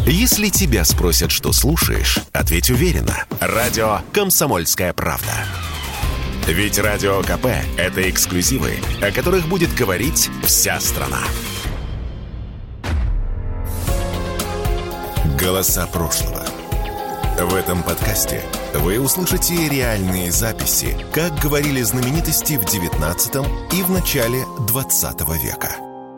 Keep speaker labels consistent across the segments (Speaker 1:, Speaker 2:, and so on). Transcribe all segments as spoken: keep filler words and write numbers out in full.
Speaker 1: Если тебя спросят, что слушаешь, ответь уверенно. Радио «Комсомольская правда». Ведь Радио КП – это эксклюзивы, о которых будет говорить вся страна. Голоса прошлого. В этом подкасте вы услышите реальные записи, как говорили знаменитости в девятнадцатом и в начале двадцатого века.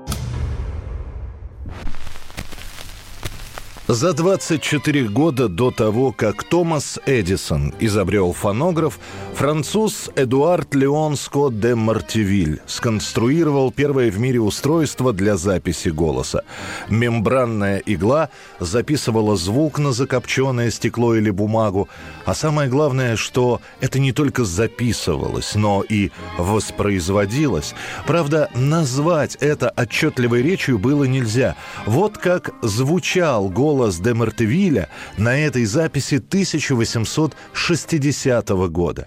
Speaker 2: За двадцать четыре года до того, как Томас Эдисон изобрел фонограф, француз Эдуард Леон Скотт де Мартивиль сконструировал первое в мире устройство для записи голоса. Мембранная игла записывала звук на закопченное стекло или бумагу, а самое главное, что это не только записывалось, но и воспроизводилось. Правда, назвать это отчетливой речью было нельзя. Вот как звучал голос де Мартивиля на этой записи тысяча восемьсот шестидесятого года.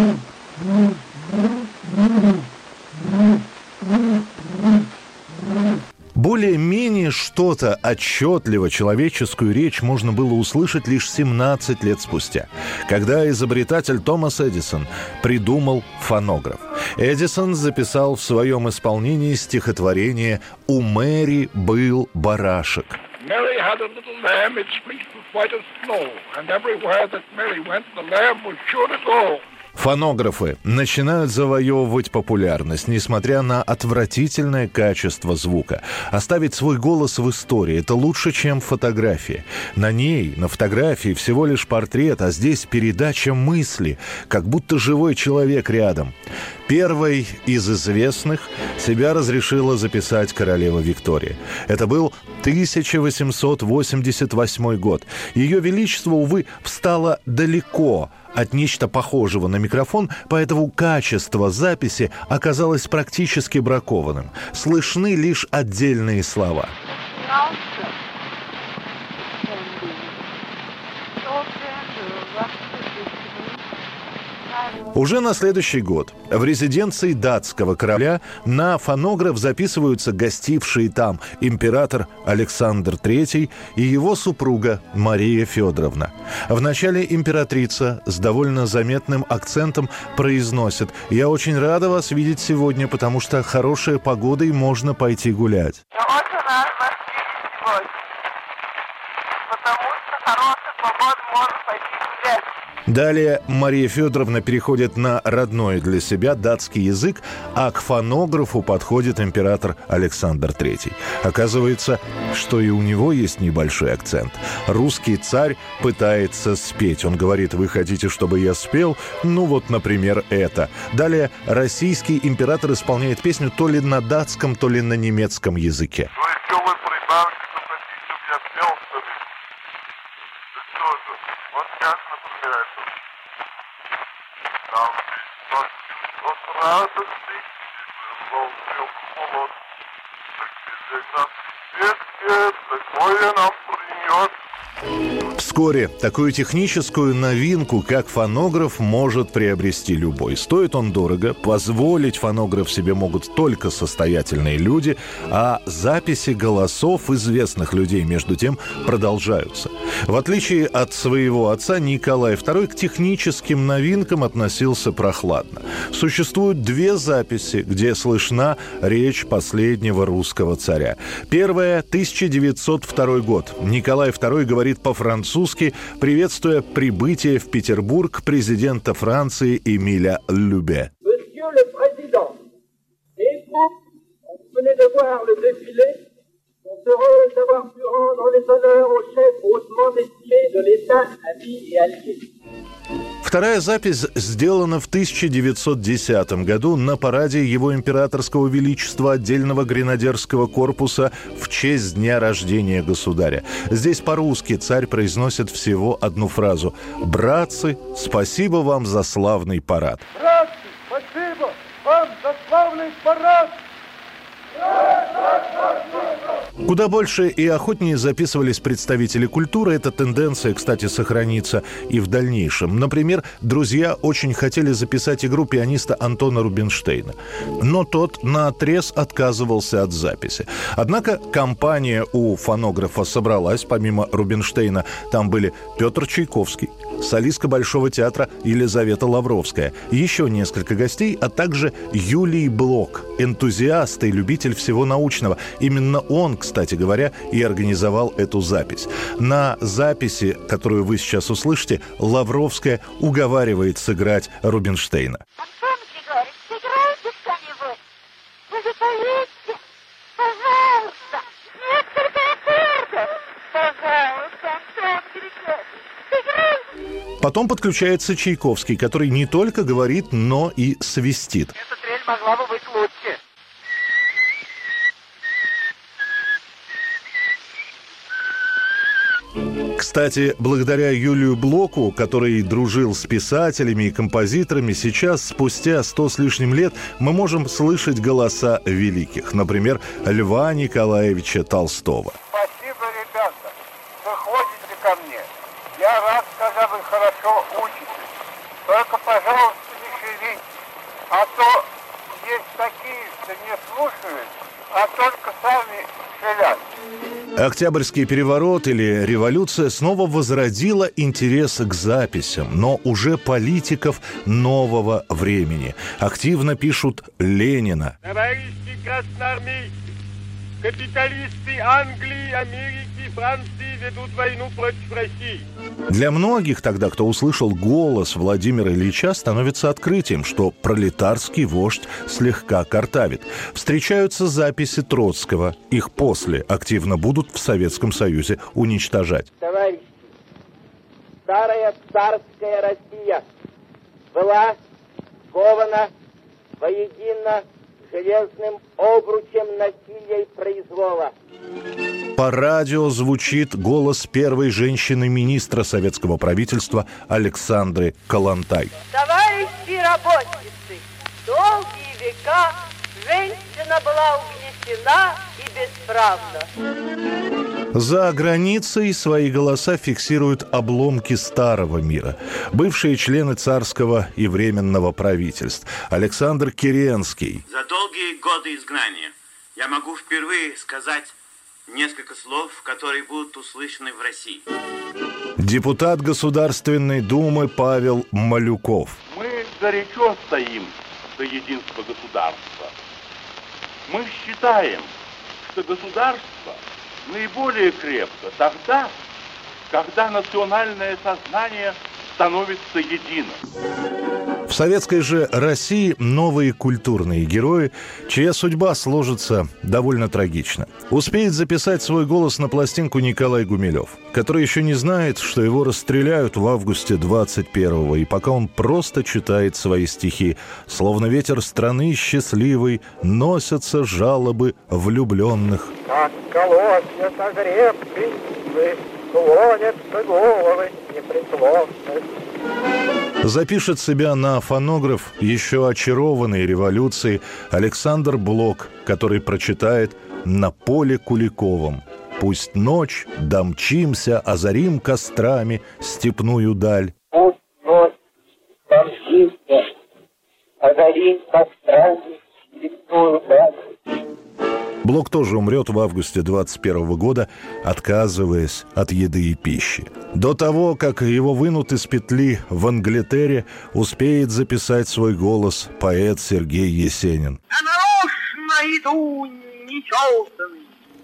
Speaker 2: Более-менее что-то отчетливо человеческую речь можно было услышать лишь семнадцать лет спустя, когда изобретатель Томас Эдисон придумал фонограф. Эдисон записал в своем исполнении стихотворение «У Мэри был барашек».
Speaker 3: Mary had a little lamb, its fleece was white as snow, and everywhere that Mary went, the lamb was sure to go.
Speaker 2: Фонографы начинают завоевывать популярность, несмотря на отвратительное качество звука. Оставить свой голос в истории – это лучше, чем фотография. На ней, на фотографии, всего лишь портрет, а здесь передача мысли, как будто живой человек рядом. Первой из известных себя разрешила записать королева Виктория. Это был тысяча восемьсот восемьдесят восьмой год. Ее Величество, увы, встало далеко от нечто похожего на микрофон, поэтому качество записи оказалось практически бракованным. Слышны лишь отдельные слова. Уже на следующий год в резиденции датского короля на фонограф записываются гостившие там император Александр Третий и его супруга Мария Федоровна. Вначале императрица с довольно заметным акцентом произносит: «Я очень рада вас видеть сегодня, потому что хорошая погода и можно пойти гулять».
Speaker 4: Я очень рада вас видеть сегодня, потому что хорошая погода можно пойти гулять.
Speaker 2: Далее Мария Федоровна переходит на родной для себя датский язык, а к фонографу подходит император Александр Третий. Оказывается, что и у него есть небольшой акцент. Русский царь пытается спеть. Он говорит: «Вы хотите, чтобы я спел? Ну вот, например, это». Далее российский император исполняет песню то ли на датском, то ли на немецком языке. Вскоре такую техническую новинку, как фонограф, может приобрести любой. Стоит он дорого, позволить фонограф себе могут только состоятельные люди, а записи голосов известных людей, между тем, продолжаются. В отличие от своего отца, Николай Второй к техническим новинкам относился прохладно. Существуют две записи, где слышна речь последнего русского царя. Первая – тысяча девятьсот второй год. Николай Второй говорит по-французски, приветствуя прибытие в Петербург президента Франции Эмиля Любе.
Speaker 5: Monsieur le Président, et vous, vous venez de voir le défilé. On se heureux d'avoir pu rendre les honneurs au chef hautement estimé de l'État, ami et allié.
Speaker 2: Вторая запись сделана в тысяча девятьсот десятом году на параде Его Императорского Величества отдельного гренадерского корпуса в честь дня рождения государя. Здесь по-русски царь произносит всего одну фразу: «Братцы, спасибо вам за славный парад».
Speaker 5: Братцы, спасибо вам за славный парад!
Speaker 2: Куда больше и охотнее записывались представители культуры. Эта тенденция, кстати, сохранится и в дальнейшем. Например, друзья очень хотели записать игру пианиста Антона Рубинштейна. Но тот наотрез отказывался от записи. Однако компания у фонографа собралась. Помимо Рубинштейна там были Петр Чайковский, солистка Большого театра Елизавета Лавровская, еще несколько гостей, а также Юлий Блок, энтузиаст и любитель всего научного. Именно он, кстати говоря, и организовал эту запись. На записи, которую вы сейчас услышите, Лавровская уговаривает сыграть Рубинштейна.
Speaker 4: Антон Григорьевич, сыграйте что-нибудь. Вы же поедете. Пожалуйста. Несколько аккордов. Пожалуйста, Антон Григорьевич, сыграйте.
Speaker 2: Потом подключается Чайковский, который не только говорит, но и свистит.
Speaker 5: Эта трель могла бы быть лучше.
Speaker 2: Кстати, благодаря Юлию Блоку, который дружил с писателями и композиторами, сейчас, спустя сто с лишним лет, мы можем слышать голоса великих. Например, Льва Николаевича Толстого.
Speaker 3: Спасибо, ребята, вы ходите ко мне. Я рад, когда вы хорошо учитесь. Только, пожалуйста, не шевелитесь. А то есть такие, что не слушают, а только сами шевелят.
Speaker 2: Октябрьский переворот или революция снова возродила интерес к записям, но уже политиков нового времени. Активно пишут Ленина.
Speaker 6: Товарищи красноармейцы, капиталисты Англии, Америки, Франции ведут войну против России.
Speaker 2: Для многих тогда, кто услышал голос Владимира Ильича, становится открытием, что пролетарский вождь слегка картавит. Встречаются записи Троцкого. Их после активно будут в Советском Союзе уничтожать.
Speaker 5: Товарищи, старая царская Россия была скована воедино железным обручем насилия и произвола.
Speaker 2: По радио звучит голос первой женщины-министра советского правительства Александры Калантай.
Speaker 4: Товарищи работницы, долгие века женщина была угнетена и бесправна.
Speaker 2: За границей свои голоса фиксируют обломки старого мира. Бывшие члены царского и временного правительств. Александр Керенский.
Speaker 7: За долгие годы изгнания я могу впервые сказать несколько слов, которые будут услышаны в России.
Speaker 2: Депутат Государственной Думы Павел Малюков.
Speaker 6: Мы горячо стоим за единство государства. Мы считаем, что государство наиболее крепко тогда, когда национальное сознание становится единым.
Speaker 2: В советской же России новые культурные герои, чья судьба сложится довольно трагично. Успеет записать свой голос на пластинку Николай Гумилев, который еще не знает, что его расстреляют в августе двадцать первого, и пока он просто читает свои стихи, словно ветер страны счастливой, носятся жалобы влюбленных.
Speaker 3: Как колосья согребшие, склонятся головы непреклонных.
Speaker 2: Запишет себя на фонограф еще очарованный революцией Александр Блок, который прочитает «На поле Куликовом». «Пусть ночь, домчимся, озарим кострами степную даль».
Speaker 5: Пусть ночь, домчимся, озарим кострами степную даль.
Speaker 2: Блок тоже умрет в августе двадцать первого года, отказываясь от еды и пищи. До того, как его вынут из петли в Англитере, успеет записать свой голос поэт Сергей Есенин.
Speaker 5: Я нарочно иду нечесанный,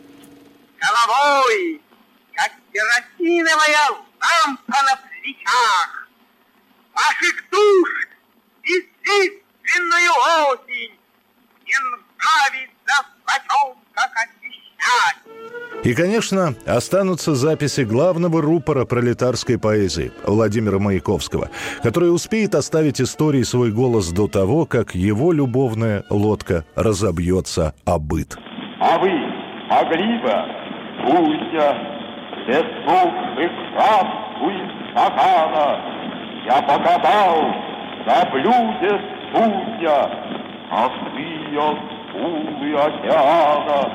Speaker 5: головой, как керосиновая лампа на плечах. Ваших душ бесчисленную осень не нравится в потемках освещать.
Speaker 2: И, конечно, останутся записи главного рупора пролетарской поэзии Владимира Маяковского, который успеет оставить истории свой голос до того, как его любовная лодка разобьется о быт.
Speaker 6: А вы могли бы, Кузя, без сухых краску из стакана, я покатал на блюде судья, а ты ее акулы океана.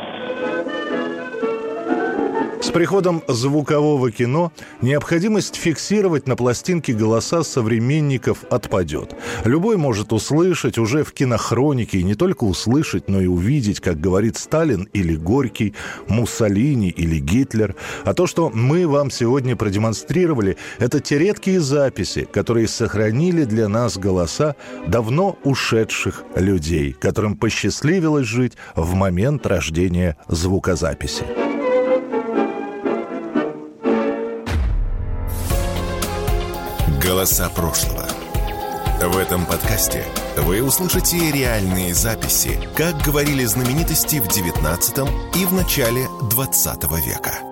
Speaker 2: С приходом звукового кино необходимость фиксировать на пластинке голоса современников отпадет. Любой может услышать уже в кинохронике, и не только услышать, но и увидеть, как говорит Сталин или Горький, Муссолини или Гитлер. А то, что мы вам сегодня продемонстрировали, это те редкие записи, которые сохранили для нас голоса давно ушедших людей, которым посчастливилось жить в момент рождения звукозаписи.
Speaker 1: Голоса прошлого. В этом подкасте вы услышите реальные записи, как говорили знаменитости в девятнадцатом и в начале двадцатого века.